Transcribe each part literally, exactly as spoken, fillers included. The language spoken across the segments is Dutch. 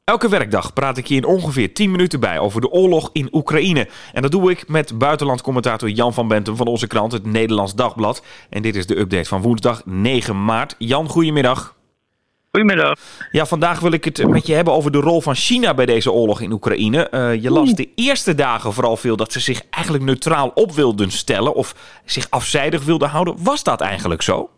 Elke werkdag praat ik hier in ongeveer tien minuten bij over de oorlog in Oekraïne. En dat doe ik met buitenlandcommentator Jan van Bentum van onze krant, het Nederlands Dagblad. En dit is de update van woensdag negen maart. Jan, goedemiddag. Goedemiddag. Ja, vandaag wil ik het met je hebben over de rol van China bij deze oorlog in Oekraïne. Uh, je las de eerste dagen vooral veel dat ze zich eigenlijk neutraal op wilden stellen of zich afzijdig wilden houden. Was dat eigenlijk zo?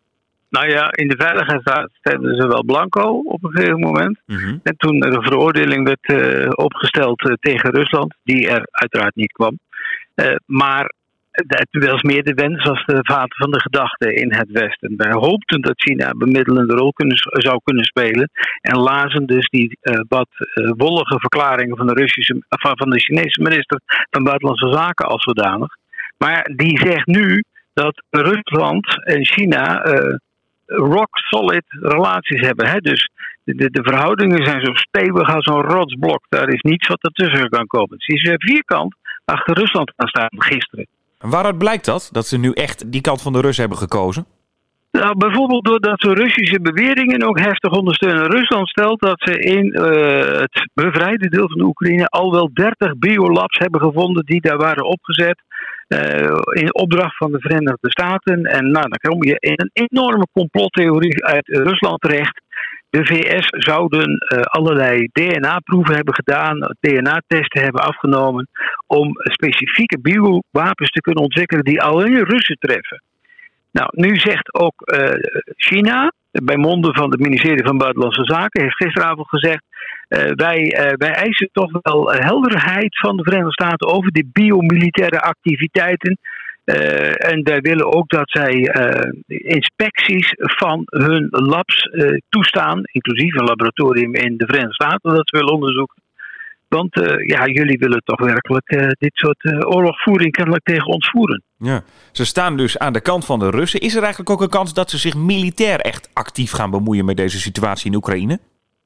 Nou ja, in de Veiligheidsraad stemden ze wel blanco op een gegeven moment. Mm-hmm. En toen er een veroordeling werd uh, opgesteld uh, tegen Rusland, die er uiteraard niet kwam. Uh, maar het was meer de wens als de vader van de gedachte in het Westen. Wij hoopten dat China een bemiddelende rol kunnen, zou kunnen spelen. En lazen dus die uh, wat uh, wollige verklaringen van de, Russische, van, van de Chinese minister van Buitenlandse Zaken als zodanig. Maar die zegt nu dat Rusland en China Uh, rock solid relaties hebben. Hè? Dus de, de, de verhoudingen zijn zo stevig als een rotsblok. Daar is niets wat ertussen kan komen. Ze is vierkant achter Rusland gaan staan gisteren. En waaruit blijkt dat? Dat ze nu echt die kant van de Russen hebben gekozen? Nou, bijvoorbeeld doordat ze Russische beweringen ook heftig ondersteunen. Rusland stelt dat ze in uh, het bevrijde deel van de Oekraïne al wel dertig biolabs hebben gevonden die daar waren opgezet. Uh, in opdracht van de Verenigde Staten. En nou, dan kom je in een enorme complottheorie uit Rusland terecht. De V S zouden uh, allerlei D N A-proeven hebben gedaan, D N A-testen hebben afgenomen om specifieke biowapens te kunnen ontwikkelen die alleen Russen treffen. Nou, nu zegt ook uh, China, bij monden van het ministerie van Buitenlandse Zaken, heeft gisteravond gezegd, uh, wij, uh, wij eisen toch wel helderheid van de Verenigde Staten over die biomilitaire activiteiten. Uh, en wij willen ook dat zij uh, inspecties van hun labs uh, toestaan, inclusief een laboratorium in de Verenigde Staten, dat ze willen onderzoeken. Want uh, ja, jullie willen toch werkelijk uh, dit soort uh, oorlogvoering kennelijk tegen ons voeren. Ja, ze staan dus aan de kant van de Russen. Is er eigenlijk ook een kans dat ze zich militair echt actief gaan bemoeien met deze situatie in Oekraïne?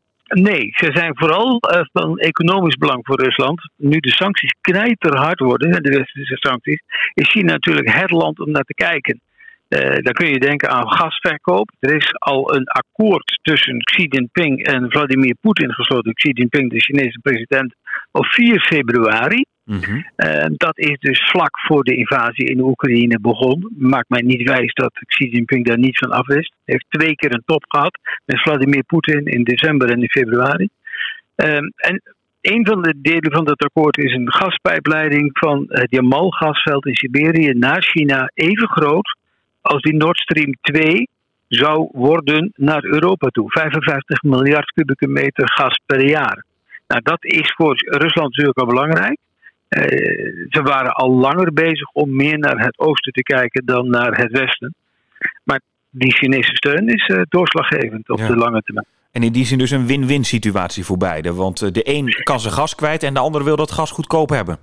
Nee, ze zijn vooral uh, van economisch belang voor Rusland. Nu de sancties knijterhard worden, de westerse sancties, is China natuurlijk het land om naar te kijken. Uh, dan kun je denken aan gasverkoop. Er is al een akkoord tussen Xi Jinping en Vladimir Poetin gesloten. Xi Jinping, de Chinese president, op vier februari. Mm-hmm. Uh, dat is dus vlak voor de invasie in Oekraïne begon. Maakt mij niet wijs dat Xi Jinping daar niet van af wist. Hij heeft twee keer een top gehad met Vladimir Poetin in december en in februari. Uh, en een van de delen van dat akkoord is een gaspijpleiding van het Yamal-gasveld in Siberië naar China even groot als die Nord Stream twee zou worden naar Europa toe. vijfenvijftig miljard kubieke meter gas per jaar. Nou, dat is voor Rusland natuurlijk al belangrijk. Uh, ze waren al langer bezig om meer naar het oosten te kijken dan naar het westen. Maar die Chinese steun is uh, doorslaggevend op ja. de lange termijn. En in die zin dus een win-win situatie voor beide. Want de een kan zijn gas kwijt en de ander wil dat gas goedkoop hebben.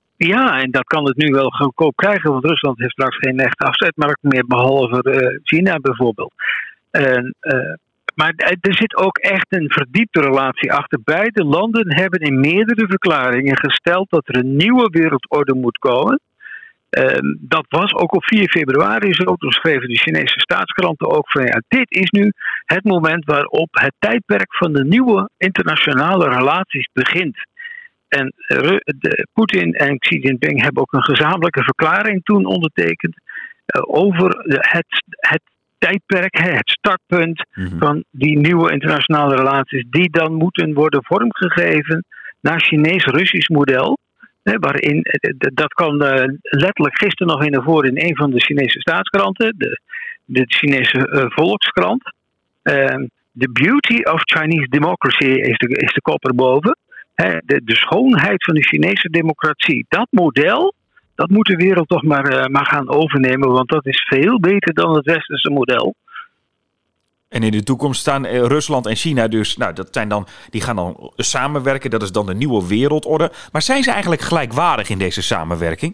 Ja, en dat kan het nu wel goedkoop krijgen, want Rusland heeft straks geen echte afzetmarkt meer, behalve uh, China bijvoorbeeld. Uh, uh, maar er zit ook echt een verdiepte relatie achter. Beide landen hebben in meerdere verklaringen gesteld dat er een nieuwe wereldorde moet komen. Uh, dat was ook op vier februari zo. Toen schreven de Chinese staatskranten ook van ja, dit is nu het moment waarop het tijdperk van de nieuwe internationale relaties begint. En Poetin en Xi Jinping hebben ook een gezamenlijke verklaring toen ondertekend uh, over het, het tijdperk, het startpunt mm-hmm. van die nieuwe internationale relaties die dan moeten worden vormgegeven naar Chinees-Russisch model. Hè, waarin, dat kwam uh, letterlijk gisteren nog in naar voren in een van de Chinese staatskranten, de, de Chinese uh, Volkskrant. Uh, The beauty of Chinese democracy is de, is de kop erboven. De, de schoonheid van de Chinese democratie. Dat model, dat moet de wereld toch maar, uh, maar gaan overnemen. Want dat is veel beter dan het westerse model. En in de toekomst staan uh, Rusland en China dus, nou, dat zijn dan, die gaan dan samenwerken. Dat is dan de nieuwe wereldorde. Maar zijn ze eigenlijk gelijkwaardig in deze samenwerking?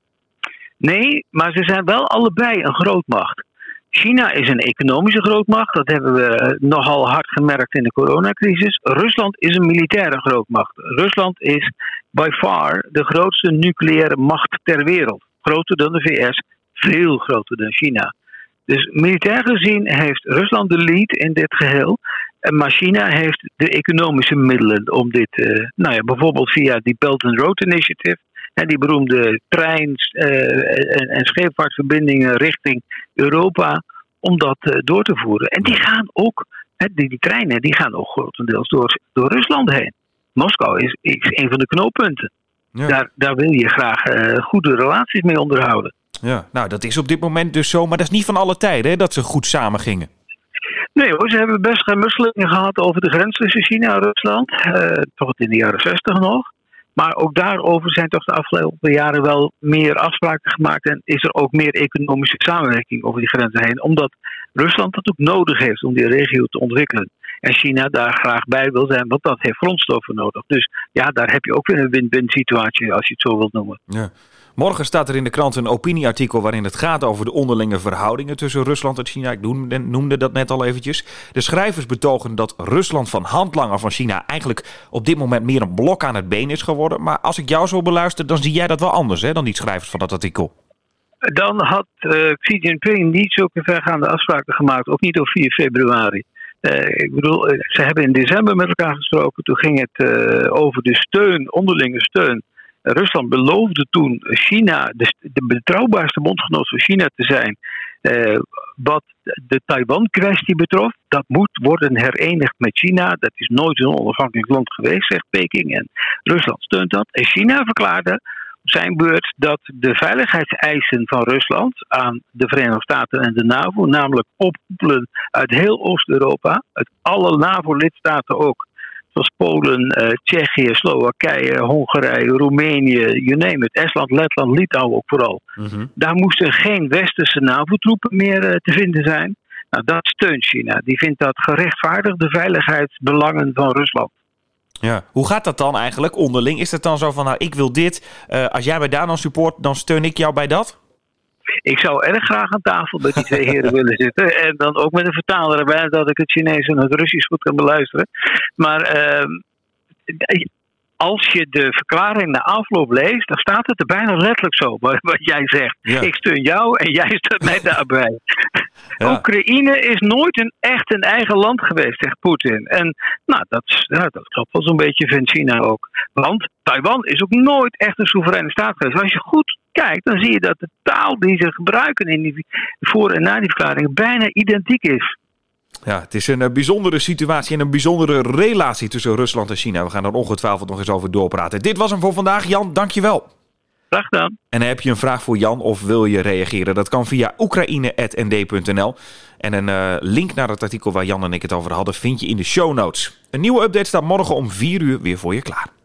Nee, maar ze zijn wel allebei een grootmacht. China is een economische grootmacht. Dat hebben we nogal hard gemerkt in de coronacrisis. Rusland is een militaire grootmacht. Rusland is by far de grootste nucleaire macht ter wereld. Groter dan de V S, veel groter dan China. Dus militair gezien heeft Rusland de lead in dit geheel. Maar China heeft de economische middelen om dit, uh, nou ja, bijvoorbeeld via die Belt and Road Initiative, hè, die beroemde trein- uh, en, en scheepvaartverbindingen richting Europa, om dat uh, door te voeren. En die gaan ook, hè, die, die treinen, die gaan ook grotendeels door, door Rusland heen. Moskou is, is een van de knooppunten. Ja. Daar, daar wil je graag uh, goede relaties mee onderhouden. Ja, nou dat is op dit moment dus zo, maar dat is niet van alle tijden hè, dat ze goed samen gingen. Nee hoor, ze hebben best gemusselingen gehad over de grens tussen China en Rusland. Uh, toch in de jaren zestig nog. Maar ook daarover zijn toch de afgelopen jaren wel meer afspraken gemaakt. En is er ook meer economische samenwerking over die grenzen heen. Omdat Rusland dat ook nodig heeft om die regio te ontwikkelen. En China daar graag bij wil zijn, want dat heeft grondstoffen nodig. Dus ja, daar heb je ook weer een win-win situatie, als je het zo wilt noemen. Ja. Morgen staat er in de krant een opinieartikel waarin het gaat over de onderlinge verhoudingen tussen Rusland en China. Ik noemde dat net al eventjes. De schrijvers betogen dat Rusland van handlanger van China eigenlijk op dit moment meer een blok aan het been is geworden. Maar als ik jou zo beluister, dan zie jij dat wel anders hè, dan die schrijvers van dat artikel. Dan had uh, Xi Jinping niet zulke vergaande afspraken gemaakt, ook niet op vier februari. Uh, ik bedoel, uh, ze hebben in december met elkaar gesproken. Toen ging het uh, over de steun, onderlinge steun. Rusland beloofde toen China, de, de betrouwbaarste bondgenoot van China te zijn, uh, wat de Taiwan-kwestie betrof. Dat moet worden herenigd met China. Dat is nooit een onafhankelijk land geweest, zegt Peking. En Rusland steunt dat. En China verklaarde op zijn beurt dat de veiligheidseisen van Rusland aan de Verenigde Staten en de NAVO, namelijk oproepen uit heel Oost-Europa, uit alle NAVO-lidstaten ook, zoals Polen, uh, Tsjechië, Slowakije, Hongarije, Roemenië, you name it, Estland, Letland, Litouwen ook vooral. Mm-hmm. Daar moesten geen westerse NAVO-troepen meer uh, te vinden zijn. Nou, dat steunt China. Die vindt dat gerechtvaardigd de veiligheidsbelangen van Rusland. Ja. Hoe gaat dat dan eigenlijk onderling? Is het dan zo van, nou, ik wil dit, uh, als jij mij daar dan support, dan steun ik jou bij dat? Ik zou erg graag aan tafel met die twee heren willen zitten. En dan ook met een vertaler erbij, dat ik het Chinees en het Russisch goed kan beluisteren. Maar uh, als je de verklaring na afloop leest, dan staat het er bijna letterlijk zo, wat, wat jij zegt. Ja. Ik steun jou en jij steunt mij daarbij. Ja. Oekraïne is nooit een, echt een eigen land geweest, zegt Poetin. En nou, dat, ja, dat klopt wel zo'n beetje, vindt China ook. Want Taiwan is ook nooit echt een soevereine staat geweest. Als je goed kijkt, dan zie je dat de taal die ze gebruiken in die voor- en na die verklaringen bijna identiek is. Ja, het is een uh, bijzondere situatie en een bijzondere relatie tussen Rusland en China. We gaan er ongetwijfeld nog eens over doorpraten. Dit was hem voor vandaag. Jan, dankjewel. Graag gedaan. En heb je een vraag voor Jan of wil je reageren? Dat kan via oekraïne punt n d punt n l. En een uh, link naar het artikel waar Jan en ik het over hadden vind je in de show notes. Een nieuwe update staat morgen om vier uur weer voor je klaar.